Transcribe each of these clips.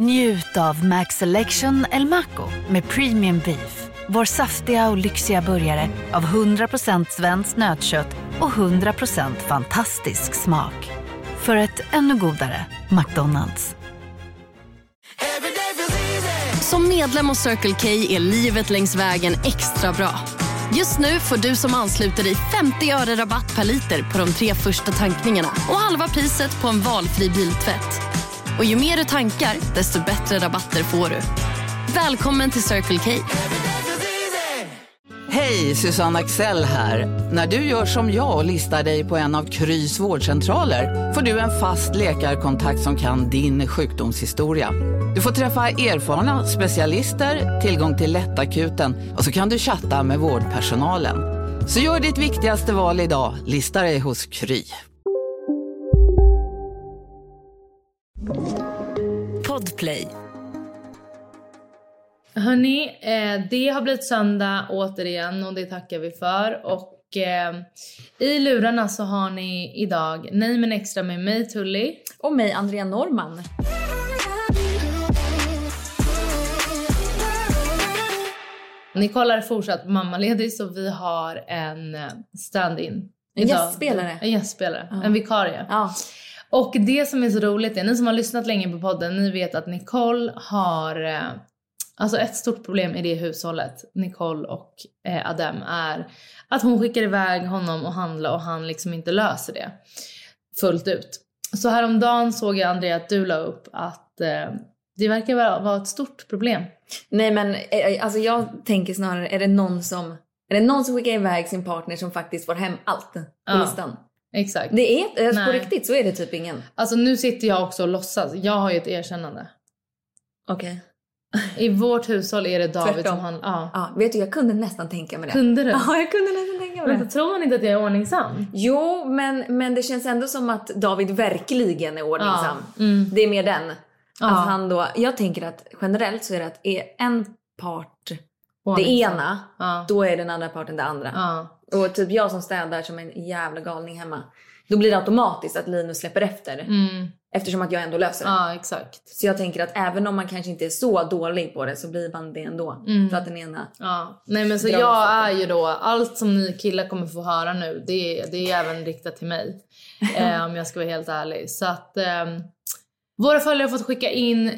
Njut av Max Selection El Maco med Premium Beef. Vår saftiga och lyxiga burgare av 100% svenskt nötkött och 100% fantastisk smak. För ett ännu godare McDonald's. Som medlem hos Circle K är livet längs vägen extra bra. Just nu får du som ansluter dig 50 öre rabatt per liter på de 3 första tankningarna och halva priset på en valfri biltvätt. Och ju mer du tankar, desto bättre rabatter får du. Välkommen till Circle K. Hej, Susanne Axel här. När du gör som jag och listar dig på en av Krys vårdcentraler får du en fast läkarkontakt som kan din sjukdomshistoria. Du får träffa erfarna specialister, tillgång till lättakuten och så kan du chatta med vårdpersonalen. Så gör ditt viktigaste val idag, lista dig hos Kry. Podplay. Hörni, det har blivit söndag återigen och det tackar vi för. Och i lurarna så har ni idag Nej men extra med mig Tully. Och mig Andrea Norman. Ni kollar fortsatt mammaledig så vi har en stand-in. En gästspelare. En gästspelare, en vikarie. Ja. Och det som är så roligt är, ni som har lyssnat länge på podden, ni vet att Nicole har... Alltså ett stort problem i det hushållet, Nicole och Adam, är att hon skickar iväg honom och handla och han liksom inte löser det fullt ut. Så häromdagen såg jag Andrea att du la upp att det verkar vara ett stort problem. Nej men alltså jag tänker snarare, är det någon som skickar iväg sin partner som faktiskt får hem allt på listan? Exakt. Det är på riktigt så är det typ ingen. Alltså nu sitter jag också och låtsas, jag har ju ett erkännande. Okej. I vårt hushåll är det David Tvärtom. som han... Ja, vet du, jag kunde nästan tänka mig det. Kunde du? Ja, jag kunde nästan tänka mig det. Men tror man inte att jag är ordningsam? Jo, men det känns ändå som att David verkligen är ordningsam. Det är mer den. Att han då, jag tänker att generellt så är det att är en part det ena, då är den andra parten det andra. Och typ jag som städar som en jävla galning hemma, då blir det automatiskt att Linus släpper efter. Eftersom att jag ändå löser det. Ja, exakt. Så jag tänker att även om man kanske inte är så dålig på det, så blir man det ändå. För att den ena... Ja. Nej men så jag är ju då, allt som ni killar kommer få höra nu, det är även riktat till mig. Om jag ska vara helt ärlig. Så att... Våra följare har fått skicka in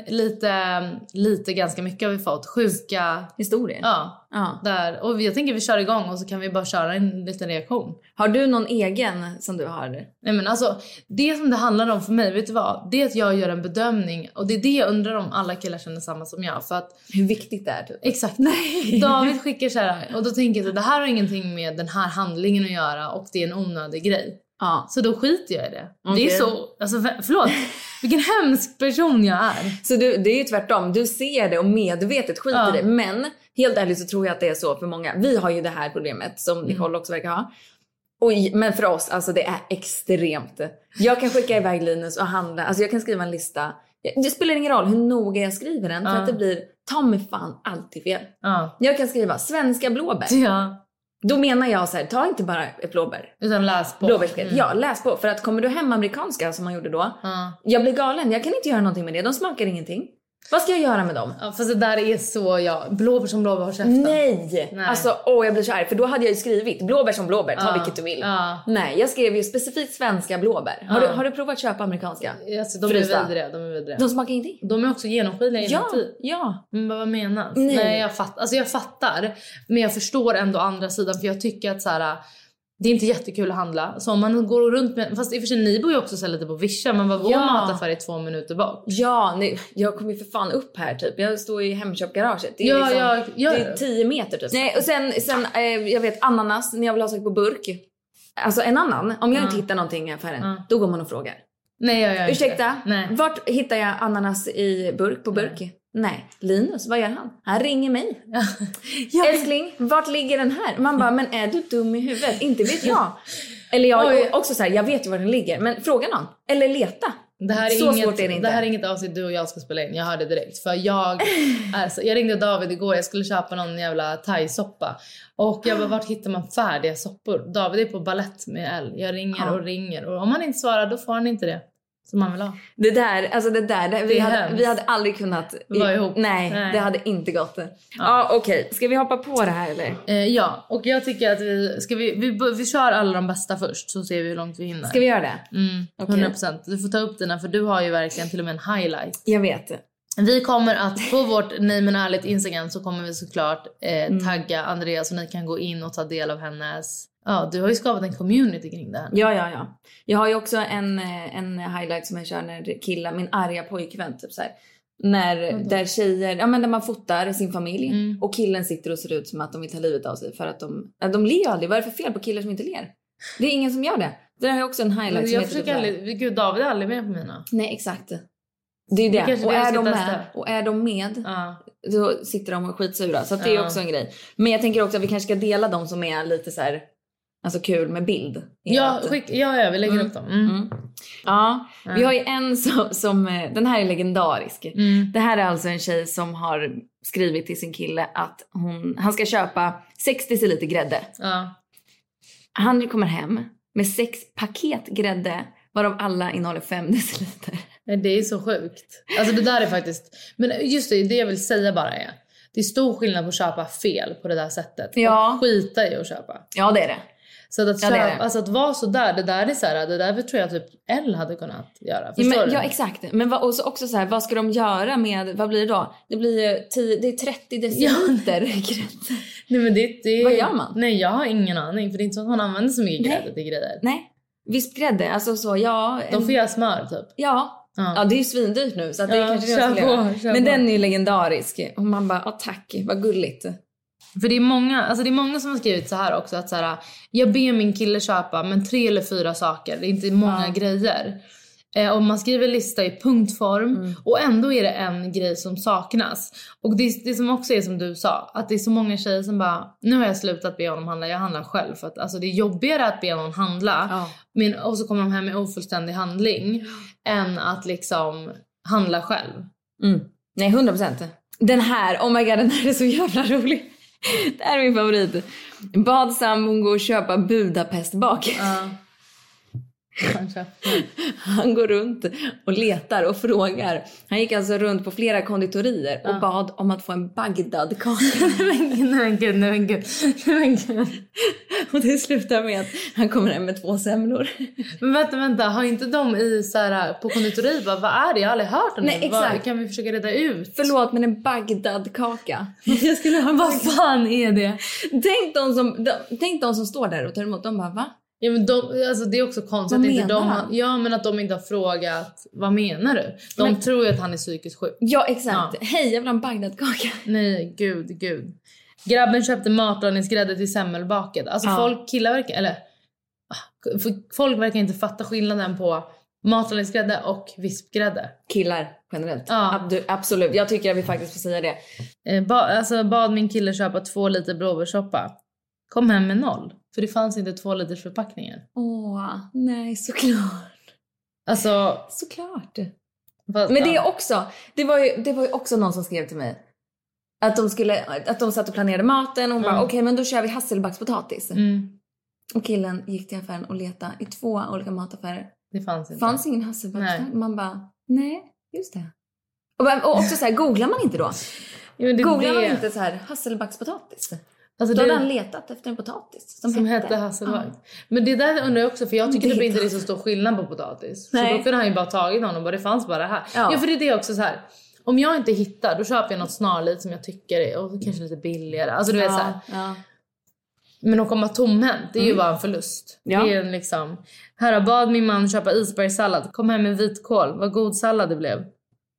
lite ganska mycket har vi fått. Sjuka historier. Ja. Där. Och jag tänker vi kör igång och så kan vi bara köra en liten reaktion. Har du någon egen som du har? Nej men alltså, det som det handlar om för mig, vet du vad? Det är att jag gör en bedömning. Och det är det jag undrar om alla killar känner samma som jag. För att, hur viktigt det är typ. Exakt. Nej. David skickar så här. Och då tänker jag att det här har ingenting med den här handlingen att göra. Och det är en onödig grej. Ja. Så då skiter jag i det. Okay. Det är så, alltså förlåt. Vilken hemsk person jag är. Så det är ju tvärtom. Du ser det och medvetet skiter i det. Men helt ärligt så tror jag att det är så för många. Vi har ju det här problemet som Nicole också verkar ha. Men för oss, alltså det är extremt. Jag kan skicka iväg Linus och handla. Alltså jag kan skriva en lista. Det spelar ingen roll hur noga jag skriver den. För att det blir, ta mig fan alltid fel. Jag kan skriva svenska blåbär. Ja. Då menar jag så här, ta inte bara ett blåbär. Utan läs på. Ja, läs på. För att kommer du hem amerikanska som man gjorde då. Jag blir galen, jag kan inte göra någonting med det. De smakar ingenting. Vad ska jag göra med dem? Ja, fast det där är så, blåbär som blåbär har käften. Nej. Alltså, jag blir så arg. För då hade jag ju skrivit blåbär som blåbär, ta vilket du vill. Nej, jag skrev ju specifikt svenska blåbär. Har du provat att köpa amerikanska? Alltså, de är vidriga. De smakar ingenting. De är också genomskinliga inuti. Ja. Men vad menas? Nej, jag fattar. Men jag förstår ändå andra sidan. För jag tycker att så här, det är inte jättekul att handla. Så om man går runt med... Fast i och för sig, ni bor ju också så lite på Vischa. Men vad vår mataffär är 2 minuter bort. Ja, nej, jag kommer ju för fan upp här typ. Jag står i Hemköpgaraget. Det är det är 10 meter typ. Nej, och sen jag vet ananas när jag vill ha saker på burk. Alltså en annan, om jag inte hittar någonting i affären, då går man och frågar. Nej, jag gör ursäkta, nej. Vart hittar jag ananas i burk på burk? Nej, Linus, vad gör han? Han ringer mig. Älskling, vart ligger den här? Man bara, men är du dum i huvudet? Inte vet jag. Eller jag också så här, jag vet ju var den ligger. Men fråga någon. Eller leta. Det här är svårt är det inte. Det här är inget avsnitt du och jag ska spela in. Jag hörde direkt. För jag ringde David igår. Jag skulle köpa någon jävla thai-soppa. Och jag bara, vart hittar man färdiga soppor? David är på ballett med L. Jag ringer och ringer. Och om han inte svarar, då får han inte det. som man vill ha. Det där vi hade aldrig kunnat vara ihop. Nej, det hade inte gått. Ja, okej. Ska vi hoppa på det här eller? Ja, och jag tycker att vi kör alla de bästa först, så ser vi hur långt vi hinner. Ska vi göra det? 100%. Du får ta upp dina, för du har ju verkligen till och med en highlight. Jag vet. Vi kommer att på vårt Nej men ärligt Instagram så kommer vi såklart tagga Andrea, så ni kan gå in och ta del av hennes. Ja, du har ju skapat en community kring det här. Ja. Jag har ju också en highlight som jag kör när killar, min arga pojkvän typ så här. Där tjejer, men där man fotar sin familj och killen sitter och ser ut som att de vill ta livet av sig för att de ler ju aldrig. Vad är det för fel på killar som inte ler? Det är ingen som gör det. Det har jag också en highlight jag försöker aldrig, gud David är aldrig med på mina. Nej, exakt. Det är det. Och är de med då sitter de och skitsura. Så att det är också en grej. Men jag tänker också att vi kanske ska dela de som är lite så här, alltså kul med bild. Ja, vi lägger upp dem. Ja, vi har ju en som den här är legendarisk. Det här är alltså en tjej som har skrivit till sin kille att han ska köpa 6 deciliter grädde. Han kommer hem med 6 paket grädde, varav alla innehåller 5 deciliter. Det är så sjukt. Alltså det där är faktiskt... Men just det jag vill säga bara är... Det är stor skillnad på att köpa fel på det där sättet. Ja. Och skita i att köpa. Ja, det är det. Så att köpa, alltså att vara så där, det där är så här, det där tror jag typ Elle hade kunnat göra. Förstår du? Ja, exakt. Men också så här, vad ska de göra med, vad blir det då? Det blir det är 30 deciliter grädde. Nej, men det vad gör man? Nej, jag har ingen aning, för det är inte så att man använder så mycket grädde till grejer. Nej, visst grädde, alltså så, de får göra smör typ. Ja, det är ju svindyrt nu så att det är kanske det jag skulle. Men den är ju legendarisk. Och man bara, tack, vad gulligt. För det är många som har skrivit så här också, att så här, jag ber min kille köpa men 3 eller 4 saker, det är inte många grejer. Och man skriver lista i punktform och ändå är det en grej som saknas. Och det som också är som du sa, att det är så många tjejer som bara, nu har jag slutat be honom handla, jag handlar själv. För att alltså, det är jobbigare att be honom handla och så kommer de hem med ofullständig handling än att liksom handla själv. Nej, 100%. Den här, oh my god, den här är så jävla rolig. Det här är min favorit. Bad sambon gå och köpa Budapestbak. Han går runt och letar och frågar. Han gick alltså runt på flera konditorier och bad om att få en Bagdadkaka. Nej men gud. Och det slutar med att han kommer hem med 2 semlor. Men vänta, har inte de i så här, på konditorier bara, vad är det? Jag har aldrig hört om det. Nej, exakt. Kan vi försöka reda ut? Förlåt, men en Bagdadkaka. Jag skulle ha, vad fan är det? Tänk de som står där och tar emot. De bara, va? Ja, men alltså det är också konstigt att inte men att de inte har frågat, vad menar du? De tror ju att han är psykiskt sjuk. Ja, exakt. Hej, jag vill ha en Bagdadkaka. Nej, gud. Grabben köpte matlagningsgrädde till semmelbaket. Alltså folk verkar inte fatta skillnaden på matlagningsgrädde och vispgrädde. Killar generellt. Ja. Absolut. Jag tycker att vi faktiskt får säga det. Bad min kille köpa 2 liter blåbärssoppa. Kom hem med 0. För det fanns inte 2 liters förpackningar. Nej, såklart. Alltså... Såklart. Men det är också... Det var ju också någon som skrev till mig. Att de satt och planerade maten. Och bara, okej, men då kör vi hasselbackspotatis. Och killen gick till affären och letade i 2 olika mataffärer. Det fanns inte. Fanns ingen hasselbacks. Man bara, nej, just det. Och också så här, googlar man inte då? Googlar man inte så här, hasselbackspotatis? Alltså då hade han letat efter en potatis som hette hasselback. Men det där undrar jag också, för jag tycker inte det är så stor skillnad på potatis. Nej. Så då kunde han ju bara tagit honom och det fanns bara här. Ja, för det är också så här. Om jag inte hittar, då köper jag något snarligt som jag tycker är och kanske lite billigare. Alltså du vet så här. Ja. Men att komma tomhänt, det är ju bara en förlust. Ja. Det är en liksom... Här bad min man köpa isbergssallad. Kom hem med vitkål. Vad god sallad det blev.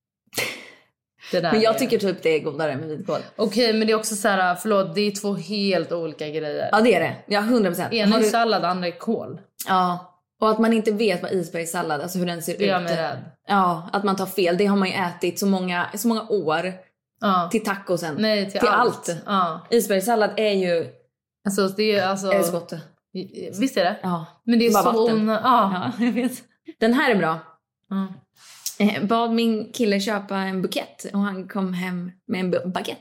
Men jag tycker typ det är godare med vitkål. Okej, men det är också så här, förlåt, det är 2 helt olika grejer. Ja, det är det. Ja, 100%. Ena är sallad, andra är kål. Ja, och att man inte vet vad isbergssallad, alltså hur den ser ut. Det gör mig rädd. Ja, att man tar fel. Det har man ju ätit så många år. Till tacosen. Nej, till allt. Ja. Isbergssallad är ju... Alltså, det är alltså... Älskott. Visst är det? Ja. Men det är bara så... vatten. Ja, jag vet. Den här är bra. Ja. Bad min kille köpa en bukett och han kom hem med en baguette.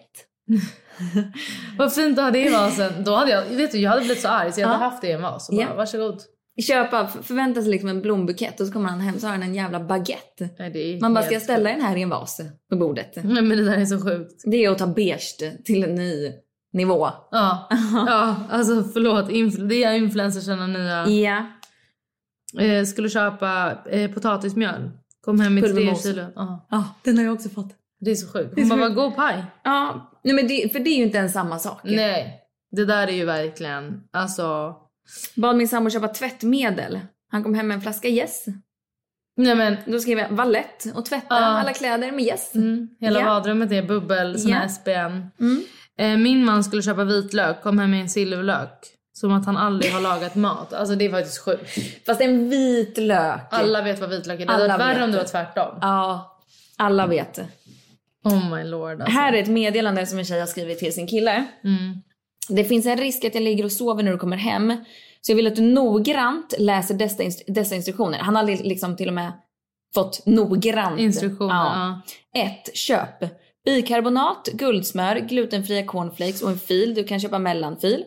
Vad fint att ha det i vasen. Då hade jag hade blivit så arg så jag hade haft det i en vas. Och bara, varsågod. förvänta sig liksom en blombukett och så kommer han hem så har han en jävla baguette. Nej, man bara ska ställa den här i en vas på bordet. Nej, men det där är så sjukt. Det är att ta beige till en ny nivå. Ja, alltså förlåt. Det är influencersarna nya. Ja. Skulle köpa potatismjöl. Kom hem med 3 kilo. Ja, den har jag också fått. Det är så sjukt. Hon bara, vad god paj. Ja, nej, men för det är ju inte en samma sak. Nej, det där är ju verkligen, alltså. Bad min sambo köpa tvättmedel. Han kom hem med en flaska Yes. Nej, men då skrev jag, vad lätt att tvätta alla kläder med Yes. Hela badrummet är bubbel, såna SPN. Min man skulle köpa vitlök, kom hem med en silverlök. Som att han aldrig har lagat mat. Alltså det är faktiskt sjukt. Fast en vitlök. Alla vet vad vitlök är. Det är värre om du var tvärtom. Ja, alla vet det. Oh my lord. Alltså. Här är ett meddelande som en tjej har skrivit till sin kille. Det finns en risk att jag ligger och sover när du kommer hem. Så jag vill att du noggrant läser dessa instruktioner. Han har liksom till och med fått noggrant instruktioner. 1. Köp bikarbonat, guldsmör, glutenfria cornflakes och en fil. Du kan köpa mellanfil.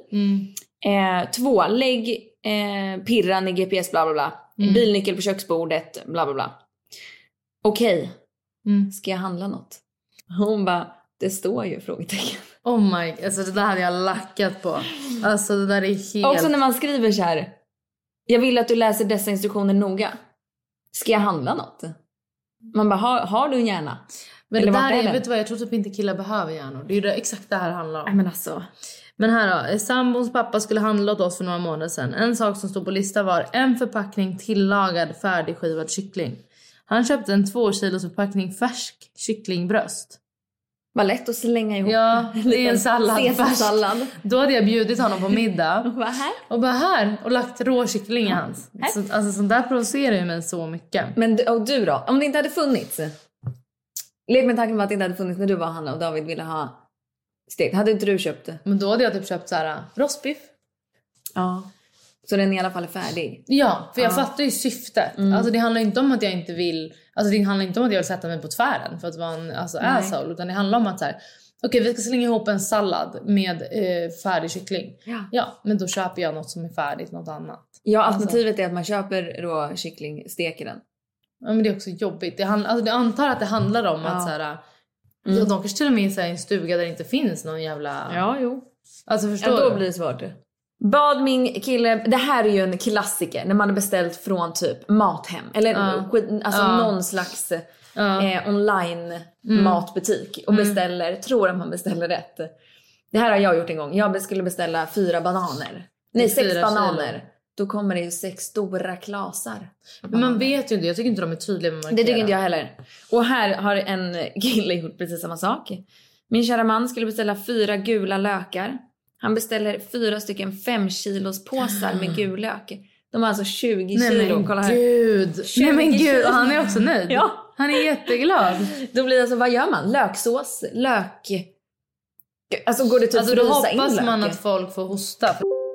2. Lägg pirran i GPS bla bla bla. Bilnyckel på köksbordet bla bla bla. Okej. Ska jag handla något? Hon bara, det står ju frågetecken. Oh my, alltså det där hade jag lackat på. Alltså det där är helt... Också när man skriver så här. Jag vill att du läser dessa instruktioner noga. Ska jag handla något? Man bara, har du en hjärna? Men det där är, vet du vad, jag tror typ inte killar behöver hjärnor. Det är ju exakt det här handlar om. Men alltså. Men här då, sambons pappa skulle handla åt oss för några månader sedan. En sak som stod på listan var en förpackning tillagad färdigskivad kyckling. Han köpte en 2 kilos förpackning färsk kycklingbröst. Vad lätt att slänga ihop. Ja, det är en sallad. Då hade jag bjudit honom på middag. Och bara här. Och lagt rå kyckling i hans. Alltså sånt där provocerar ju mig så mycket. Men du då? Om det inte hade funnits. Lek med tanken på att det inte hade funnits när du var Hanna och David ville ha stekt. Hade inte du köpt det? Men då hade jag typ köpt så här rostbiff. Ja. Så den i alla fall är färdig. Ja, för jag fattar ju syftet. Alltså det handlar inte om att jag inte vill. Alltså det handlar inte om att jag vill sätta mig på tvären för att vara en asshole. Utan det handlar om att så här, okej, vi ska slänga ihop en sallad med färdig kyckling. Ja, men då köper jag något som är färdigt, något annat. Ja, alternativet är att man köper rå kyckling, steker den. Ja, men det är också jobbigt. Jag antar att det handlar om att så här. De kanske till och med är i en stuga där det inte finns någon jävla. Ja, jo. Alltså förstår du? Då blir det svårt. Bad min kille, det här är ju en klassiker när man har beställt från typ Mathem eller någon slags online matbutik och tror att man beställer rätt. Det här har jag gjort en gång. Jag skulle beställa 4 bananer. Nej, 6 bananer. Kilo. Då kommer det ju 6 stora klasar. Men man vet ju inte, jag tycker inte de är tydliga med markera. Det tycker inte jag heller. Och här har en kille gjort precis samma sak. Min kära man skulle beställa 4 gula lökar. Han beställer 4 stycken 5 kilos påsar med gul lök. De har alltså 20 kilo. Nej men gud. Och han är också nöjd. Ja. Han är jätteglad. Då blir det alltså, vad gör man? Löksås, lök. Alltså går det typ alltså, frysa in då hoppas lök? Man att folk får hosta.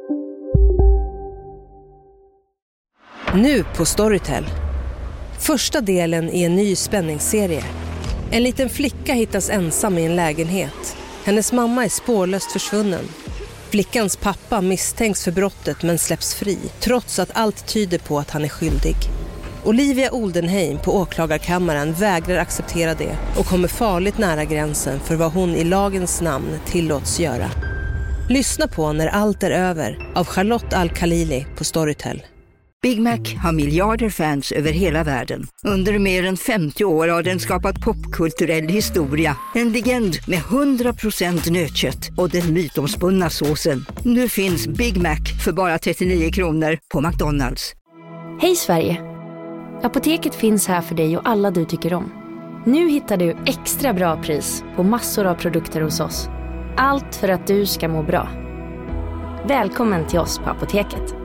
Nu på Storytel. Första delen i en ny spänningsserie. En liten flicka hittas ensam i en lägenhet. Hennes mamma är spårlöst försvunnen. Flickans pappa misstänks för brottet men släpps fri, trots att allt tyder på att han är skyldig. Olivia Oldenheim på åklagarkammaren vägrar acceptera det och kommer farligt nära gränsen för vad hon i lagens namn tillåts göra. Lyssna på När allt är över av Charlotte Al-Khalili på Storytel. Big Mac har miljarder fans över hela världen. Under mer än 50 år har den skapat popkulturell historia. En legend med 100% nötkött och den mytomspunna såsen. Nu finns Big Mac för bara 39 kronor på McDonalds. Hej Sverige! Apoteket finns här för dig och alla du tycker om. Nu hittar du extra bra pris på massor av produkter hos oss. Allt för att du ska må bra. Välkommen till oss på Apoteket.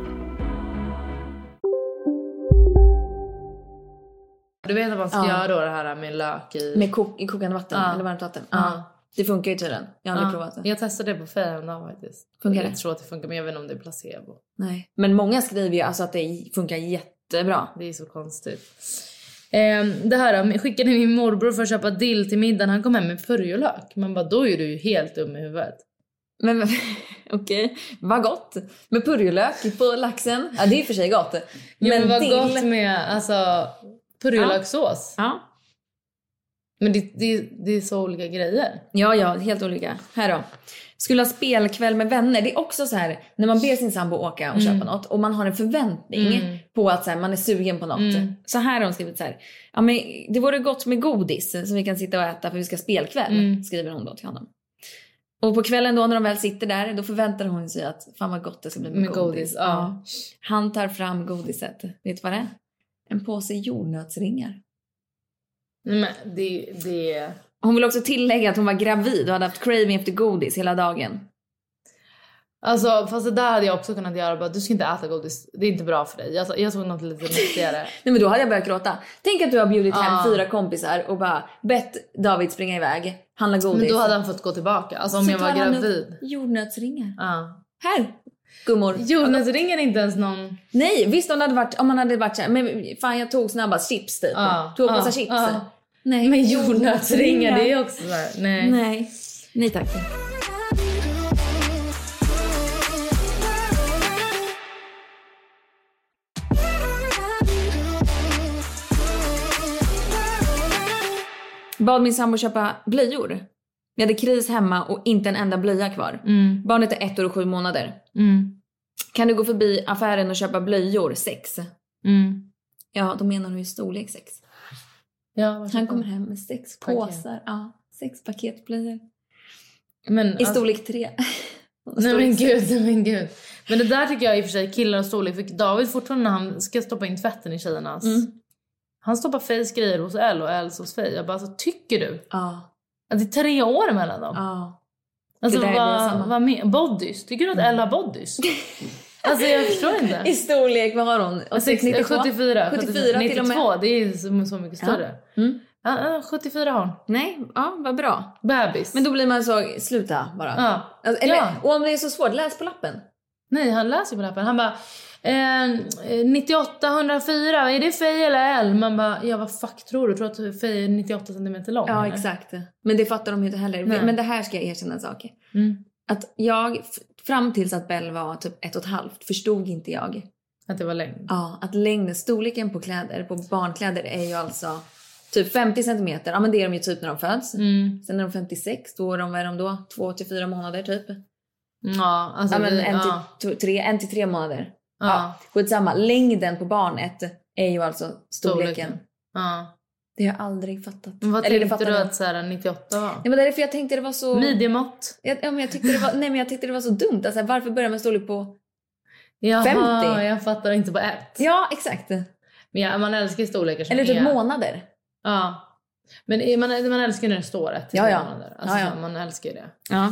Du vet att man ska göra då det här med lök i... Med kokande vatten eller varmt vatten. Det funkar ju tydligen. Jag har aldrig provat det. Jag testade det på Färjestad faktiskt. Funkar det? Jag tror att det funkar, men jag vet inte om det är placebo. Nej. Men många skriver ju alltså att det funkar jättebra. Det är så konstigt. Det här då, skickade min morbror för att köpa dill till middagen. Han kom hem med purjolök. Man bara, då är du ju helt dum i huvudet. Men okej, vad gott. Med purjolök på laxen. Ja, det är för sig gott. Men vad gott med alltså purjolökssås. Ja. Men det är så olika grejer. Ja, helt olika. Här då. Skulle ha spelkväll med vänner. Det är också så här, när man ber sin sambo åka och köpa något och man har en förväntning på att så här, man är sugen på något. Så här har hon skrivit så här. Ja, men det vore gott med godis som vi kan sitta och äta för vi ska spelkväll, skriver hon då till honom. Och på kvällen då när de väl sitter där, då förväntar hon sig att fan vad gott det ska bli med godis. Ja. Han tar fram godiset. Vet du vad det är? En påse jordnötsringar. Men det... Hon vill också tillägga att hon var gravid och hade haft craving efter godis hela dagen. Alltså, fast det där hade jag också kunnat göra. Bara, du ska inte äta godis, det är inte bra för dig. Jag såg något lite nyttigare. Nej, men då hade jag börjat gråta. Tänk att du har bjudit hem 4 kompisar och bara bett David springa iväg, handla godis. Men då hade han fått gå tillbaka. Alltså om så jag var gravid. Jordnötsringar. Här, gummor. Jordnötsringar är inte ens någon... Nej, visst om man hade varit så här, men fan jag tog snabba chips typ. Tog massa chips. Nej, men jordnötsringar, det är också så här. Nej tack. Bad min sambo köpa blöjor. Vi hade kris hemma och inte en enda blöja kvar. Barnet är 1 år och 7 månader. Kan du gå förbi affären och köpa blöjor 6? Ja, då menar hon ju storlek 6. Ja, han kommer hem med 6 påsar. Ja, 6 paketblöjor. Men i storlek 3. Nej men gud. Men det där tycker jag i och för sig killar och storlek. För David fortfarande när han ska stoppa in tvätten i tjejernas. Han stoppar Fejs grejer hos Elle och Els hos Fej. Jag bara, alltså, tycker du? Ja. Att det är 3 år mellan dem? Ja. Alltså vad med bodys? Tycker du att Elle har bodys? Alltså jag förstår inte. I storlek, vad har hon? 74 92 till och med. Det är så mycket större. Ja, 74 har hon. Nej, ja, vad bra. Bebis. Men då blir man så, sluta bara. Ja. Alltså, och om det är så svårt, läs på lappen. Nej, han läser på lappen. Han bara 98, 104, är det Fej eller L? Man bara, ja vad fuck tror du? Tror att Fej är 98 cm lång? Ja, eller? Exakt. Men det fattar de ju inte heller. Nej. Men det här ska jag erkänna en sak. Att jag, fram tills att Bell var typ 1,5, förstod inte jag. Att det var längd? Ja, att längden, storleken på kläder, på barnkläder är ju alltså typ 50 cm. Ja, men det är de ju typ när de föds. Sen när de 56, då är de då 2 till 4 månader typ. Ja, alltså ja, men 1 till 3 månader. Ja. Skitsamma. Längden på barnet är ju alltså storleken. Ja. Det har jag aldrig fattat. Men vad tänkte du att så här 98 var? Nej, men därför jag tänkte det var så... Midjemått? Ja, men jag tyckte det var... Nej, men jag tyckte det var så dumt. Alltså, varför börjar man storlek på 50? Jag fattar inte på 1. Ja, exakt. Men man älskar storlekar som eller typ månader. Ja. Men man älskar när det står 1 till månader. Alltså, man älskar det. Ja.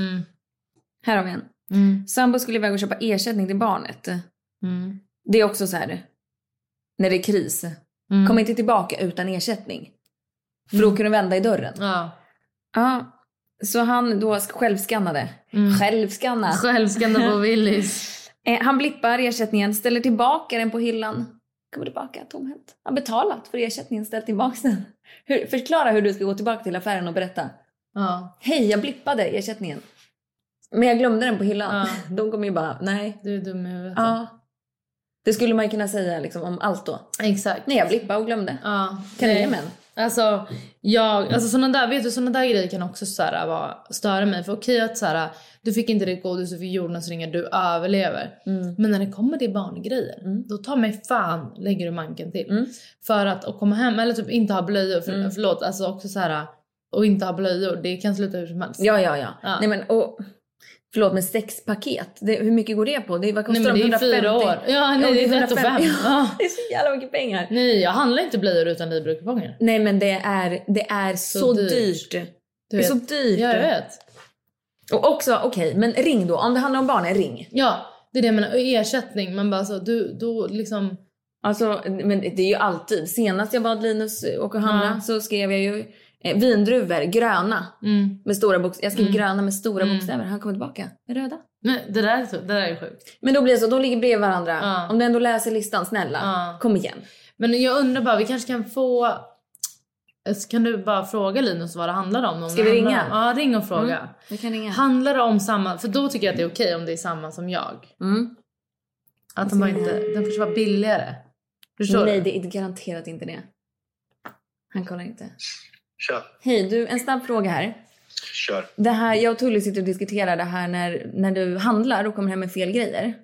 Här har vi en. Sambo skulle iväg och köpa ersättning till barnet. Det är också så här. När det är kris. Kom inte tillbaka utan ersättning. För då kan du vända i dörren. Ja. Så han då självskannade. Självskanna på Willys. Han blippar ersättningen. Ställer tillbaka den på hyllan. Kommer tillbaka tomhänt. Han betalat för ersättningen. Ställ tillbaka den. Förklara hur du ska gå tillbaka till affären och berätta. Hej, jag blippade ersättningen. Men jag glömde den på hyllan. De kommer ju bara, nej. Du är dum i huvudet. Ja. Det skulle man kunna säga liksom, om allt då. Exakt. Nej, jag blippade och glömde. Kan du ge mig en? Alltså sådana där grejer kan också så här, störa mig. För okej att så här, du fick inte det godis, du fick jordnötsringar, du överlever. Men när det kommer till barngrejer, då tar mig fan, lägger du manken till. För att komma hem, eller typ inte ha blöjor, förlåt, alltså också så här, och inte ha blöjor, det kan sluta hur som helst. Ja. Nej men, förlåt, med 6 paket. Hur mycket går det på? Vad kostar de? 150? Det är 4 år. Ja, nej, det är 105. Det är så jävla mycket pengar. Nej, jag handlar inte blöjor utan Libro-kuponger. Nej, men det är så dyrt. Det är så dyrt. Ja, jag vet. Och också, okej, men ring då. Om det handlar om barnen, ring. Ja, det är det jag menar. Ersättning, man bara så, då liksom... Alltså, men det är ju alltid. Senast jag bad Linus åka och handla så skrev jag ju... vindruvor, gröna med stora bokstäver. Jag skrev gröna med stora bokstäver. Han kommer tillbaka med röda. Nej, det där är sjukt. Men då blir det så, de ligger bredvid varandra. Om du ändå läser listan, snälla, kom igen. Men jag undrar bara, vi kanske kan få Kan du bara fråga Linus vad det handlar om? Ska vi ringa? Ja, ring och fråga. Vi kan ringa. Handlar det om samma... För då tycker jag att det är okej om det är samma som jag. Att de inte... Den får vara billigare. Förstår Nej, du? det är garanterat inte det. Han kollar inte. Kör. Hej, du, en snabb fråga här. Kör. Det här, jag och Tully sitter och diskuterar det här när du handlar och kommer hem med fel grejer.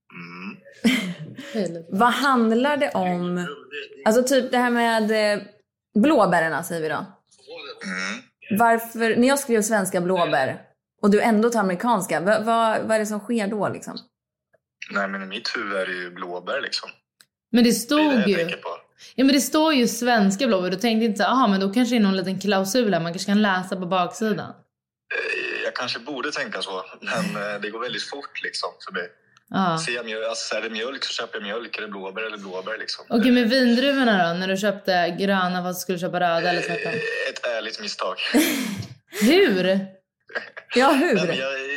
Vad handlar det om? Alltså typ det här med blåbärna, säger vi då. Varför, när jag skrev svenska blåbär och du ändå tar amerikanska, vad är det som sker då liksom? Nej, men i mitt huvud är det ju blåbär liksom. Men det stod Det är det jag ju... tänker på. Ja, men det står ju svenska blåbär. Du tänkte inte så, men då kanske det är någon liten klausul här. Man kanske kan läsa på baksidan. Jag kanske borde tänka så, men det går väldigt fort liksom för mig. Ser jag mjölk, alltså är det mjölk så köper jag mjölk, är det blåbär eller blåbär liksom. Okej, med vindruvorna då? När du köpte gröna fast skulle köpa röda eller tvärtom? Ett ärligt misstag. Hur? Ja, hur? Nej, men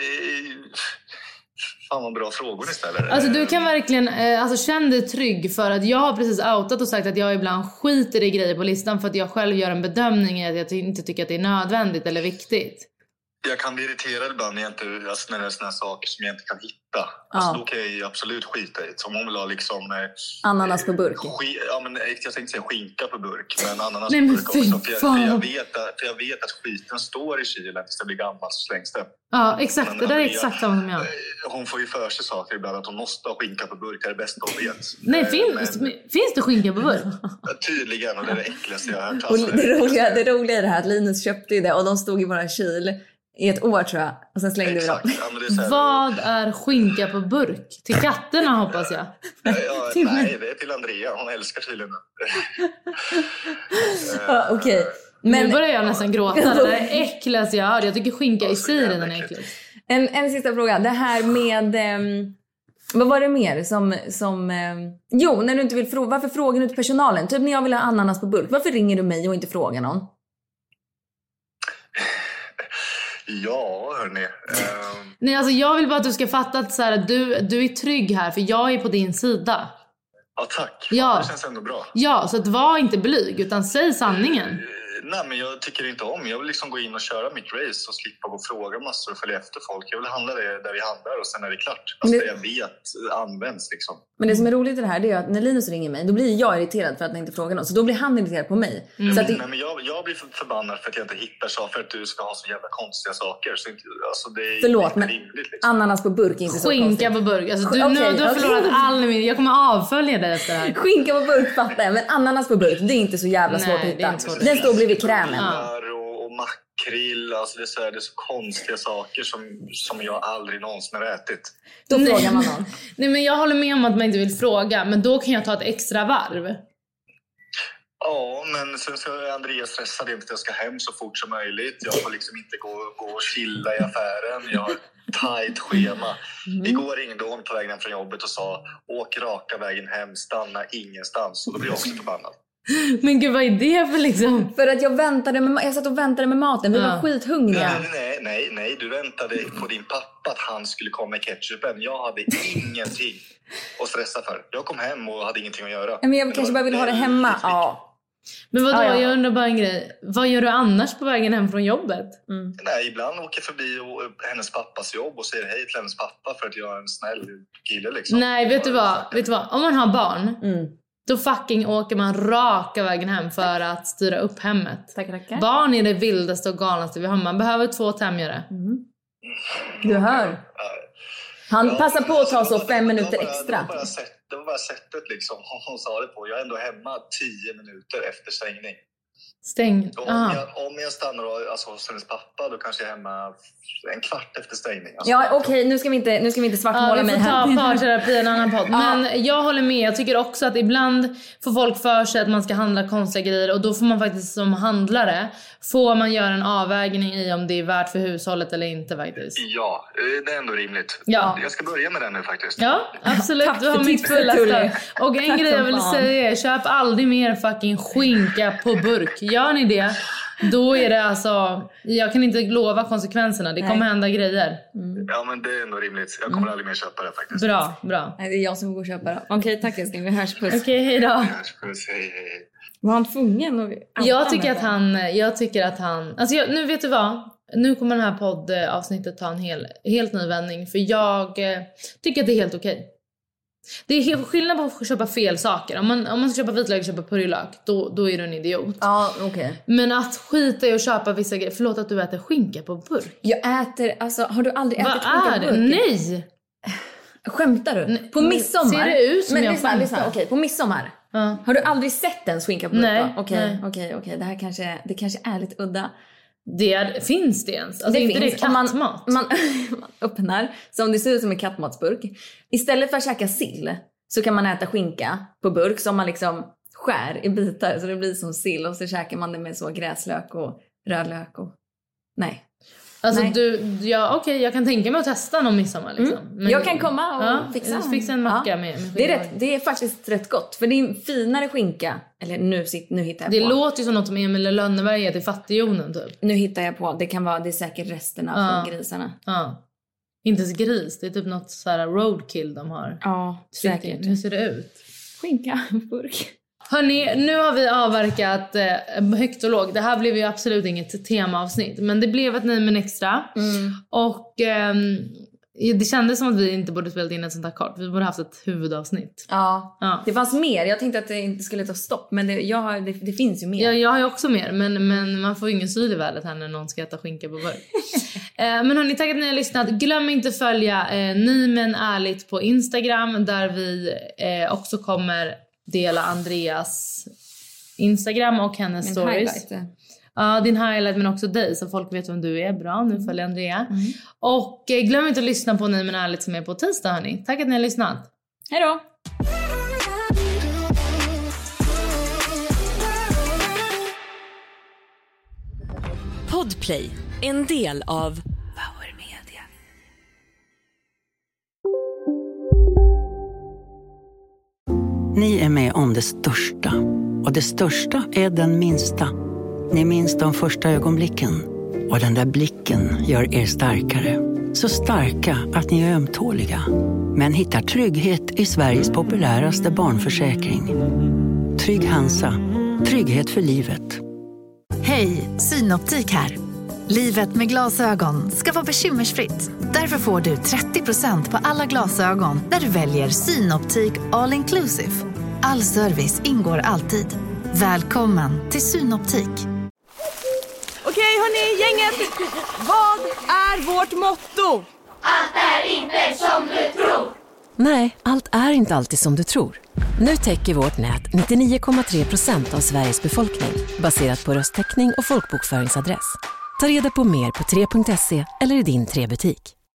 fan vad bra frågor ni ställer. Alltså du kan verkligen känn dig trygg för att jag har precis outat och sagt att jag ibland skiter i grejer på listan för att jag själv gör en bedömning i att jag inte tycker att det är nödvändigt eller viktigt. Jag kan bli irriterad ibland när det är såna här saker som jag inte kan hitta. Alltså, då kan jag ju absolut skita i. Som hon vill ha liksom... ananas på burk. Jag tänkte säga skinka på burk. Men ananas Nej, på men burk också. För jag vet att skiten står i kylen tills det blir gammalt så slängs det. Ja, exakt. Det där är exakt samma som jag. Hon får ju för sig saker ibland att hon måste ha skinka på burk. Det är det bästa hon vet. Nej, finns det skinka på burk? Tydligen, och det är det äckligaste jag har hört. Och det roliga är det här att Linus köpte ju det och de stod i våra kyl i ett år tror jag. Och sen slängde vi dem. Ja, vad är skinka på burk? Till katterna hoppas jag. Nej, det är till Andrea. Hon älskar tydligen okej. Men nu börjar jag nästan gråta. Det där är äckligaste jag hörde. Jag tycker skinka i sig redan är äckligt. En sista fråga. Det här med... vad var det mer jo, när du inte vill fråga... Varför frågar du inte personalen? Typ när jag vill ha ananas på burk. Varför ringer du mig och inte frågar någon? Ja, hörni. Nej, alltså jag vill bara att du ska fatta att så här, du är trygg här. För jag är på din sida. Ja, tack. Ja. Det känns ändå bra. Ja, så att var inte blyg utan säg sanningen. Nej, men jag tycker inte om. Jag vill liksom gå in och köra mitt race och slippa gå och fråga massor och följa efter folk. Jag vill handla det där vi handlar och sen är det klart. Alltså det jag vet används liksom. Men det som är roligt i det här det är att när Linus ringer mig då blir jag irriterad för att han inte frågar något. Så då blir han irriterad på mig. Så att Nej, men jag blir förbannad för att jag inte hittar saker. För att du ska ha så jävla konstiga saker. Så alltså det är förlåt, men rimligt liksom. ananas på burk är inte så konstigt. Skinka på burk. Alltså, du har förlorat all min... Jag kommer avfölja dig efter det här. Skinka på burk fattar jag. Men ananas på burk det är inte så jävla svårt att hitta. Den står bredvid krämen. Och makrill, alltså det är så konstiga saker som jag aldrig någonsin har ätit. Då frågar man någon. Nej, men jag håller med om att man inte vill fråga, men då kan jag ta ett extra varv. Ja, men sen så är Andreas stressad att jag ska hem så fort som möjligt. Jag får liksom inte gå och chilla i affären. Jag har ett tajt schema. Igår ringde hon på vägen från jobbet och sa åk raka vägen hem, stanna ingenstans. Och då blir jag också förbannad. Men gud, vad är det för liksom? För att jag satt och väntade med maten. Vi var skithungriga. Nej, du väntade på din pappa att han skulle komma med ketchupen. Jag hade ingenting att stressa för. Jag kom hem och hade ingenting att göra. Men jag kanske bara ville ha det hemma. Ja. Men vadå, jag undrar bara en grej. Vad gör du annars på vägen hem från jobbet? Nej, ibland åker jag förbi hennes pappas jobb och säger hej till hennes pappa för att jag är en snäll kille liksom. Nej, vet du vad? Om man har barn... Då fucking åker man raka vägen hem för att styra upp hemmet. Tackar. Barn är det vildaste och galnaste vi har. Man behöver 2 tämjare. Du hör. Han passar på att ta så 5 minuter extra. Det var bara sättet liksom. Hon sa det på. Jag är ändå hemma 10 minuter efter stängning. Om jag stannar hos hennes pappa då kanske jag är hemma en kvart efter stängning. Alltså. Ja, okej, nu ska vi inte svartmåla mig här. Vi får ta parterapi i en annan podd. Men jag håller med. Jag tycker också att ibland får folk för sig att man ska handla konstiga grejer. Och då får man faktiskt som handlare får man göra en avvägning i om det är värt för hushållet eller inte faktiskt. Ja, det är ändå rimligt. Ja. Jag ska börja med den nu faktiskt. Ja, absolut. Du har mitt fulla stöd. Och en grej jag vill säga är köp aldrig mer fucking skinka på burk. Gör ni det, då är det alltså... Jag kan inte lova konsekvenserna. Det kommer hända grejer. Ja, men det är ändå rimligt. Jag kommer aldrig mer köpa det faktiskt. Bra. Nej, det är jag som går och köpa det. Okej, tack älskling. Vi hörs, puss. Okej, hej då. Puss, hej. Var han tvungen att jag tycker att han alltså nu vet du vad, nu kommer den här poddavsnittet ta en helt ny vändning, för jag tycker att det är helt okej. Det är helt skillnad på att köpa fel saker. Om man ska köpa vitlök och köpa purjolök, då är du en idiot. Ja, okej. Men att skita i att köpa vissa grejer. Förlåt att du äter skinka på burk. Jag äter, alltså har du aldrig ätit skinka på burk? Nej! Skämtar du? På midsommar. Ser det ut som jag skämtar? Okej, på midsommar. Har du aldrig sett en skinka på burk? Nej. Okej. Det här kanske är lite udda. Finns det ens? Alltså det inte finns. Det kattmat? Man öppnar som det ser ut som en kattmatsburk. Istället för att käka sill så kan man äta skinka på burk som man liksom skär i bitar så det blir som sill, och så käkar man det med så gräslök och rödlök och... Nej. Alltså jag kan tänka mig att testa någon midsommar liksom. Men jag kan komma och fixa en macka med skinka. Det är faktiskt rätt gott, för det är en finare skinka. Eller nu hittar jag det på. Det låter ju som något som Emil Lönneberg är till fattigjonen typ. Nu hittar jag på, det är säkert resterna från grisarna. Ja. Inte ens gris, det är typ något så här roadkill de har. Ja, säkert. Hur ser det ut? Skinka, burk. Hörrni, nu har vi avverkat högt och lågt. Det här blev ju absolut inget temaavsnitt, men det blev ett 9 min extra. Och det kändes som att vi inte borde spela in ett sånt här kort. Vi borde haft ett huvudavsnitt. Ja. Det fanns mer. Jag tänkte att det inte skulle ta stopp, men det finns ju mer. Ja, jag har ju också mer, men man får ju ingen syl i världen här när någon ska äta skinka på burk. Men hörni, tack att ni har lyssnat. Glöm inte följa Ni men ärligt på Instagram, där vi också kommer dela Andreas Instagram och hennes min stories. Ja, din highlight, men också dig, så folk vet vem du är. Bra, nu följer Andrea. Och glöm inte att lyssna på Ni men ärligt som är på tisdag, hörni. Tack att ni har lyssnat. Hej då! Podplay, en del av Power Media. Ni är med om det största. Och det största är den minsta. Ni minns de första ögonblicken. Och den där blicken gör er starkare. Så starka att ni är ömtåliga. Men hittar trygghet i Sveriges populäraste barnförsäkring. Trygg Hansa. Trygghet för livet. Hej, Synoptik här. Livet med glasögon ska vara bekymmersfritt. Därför får du 30% på alla glasögon när du väljer Synoptik All Inclusive. All service ingår alltid. Välkommen till Synoptik. Okej hörni, gänget. Vad är vårt motto? Allt är inte som du tror. Nej, allt är inte alltid som du tror. Nu täcker vårt nät 99,3% av Sveriges befolkning, baserat på röstteckning och folkbokföringsadress. Ta reda på mer på 3.se eller i din 3-butik.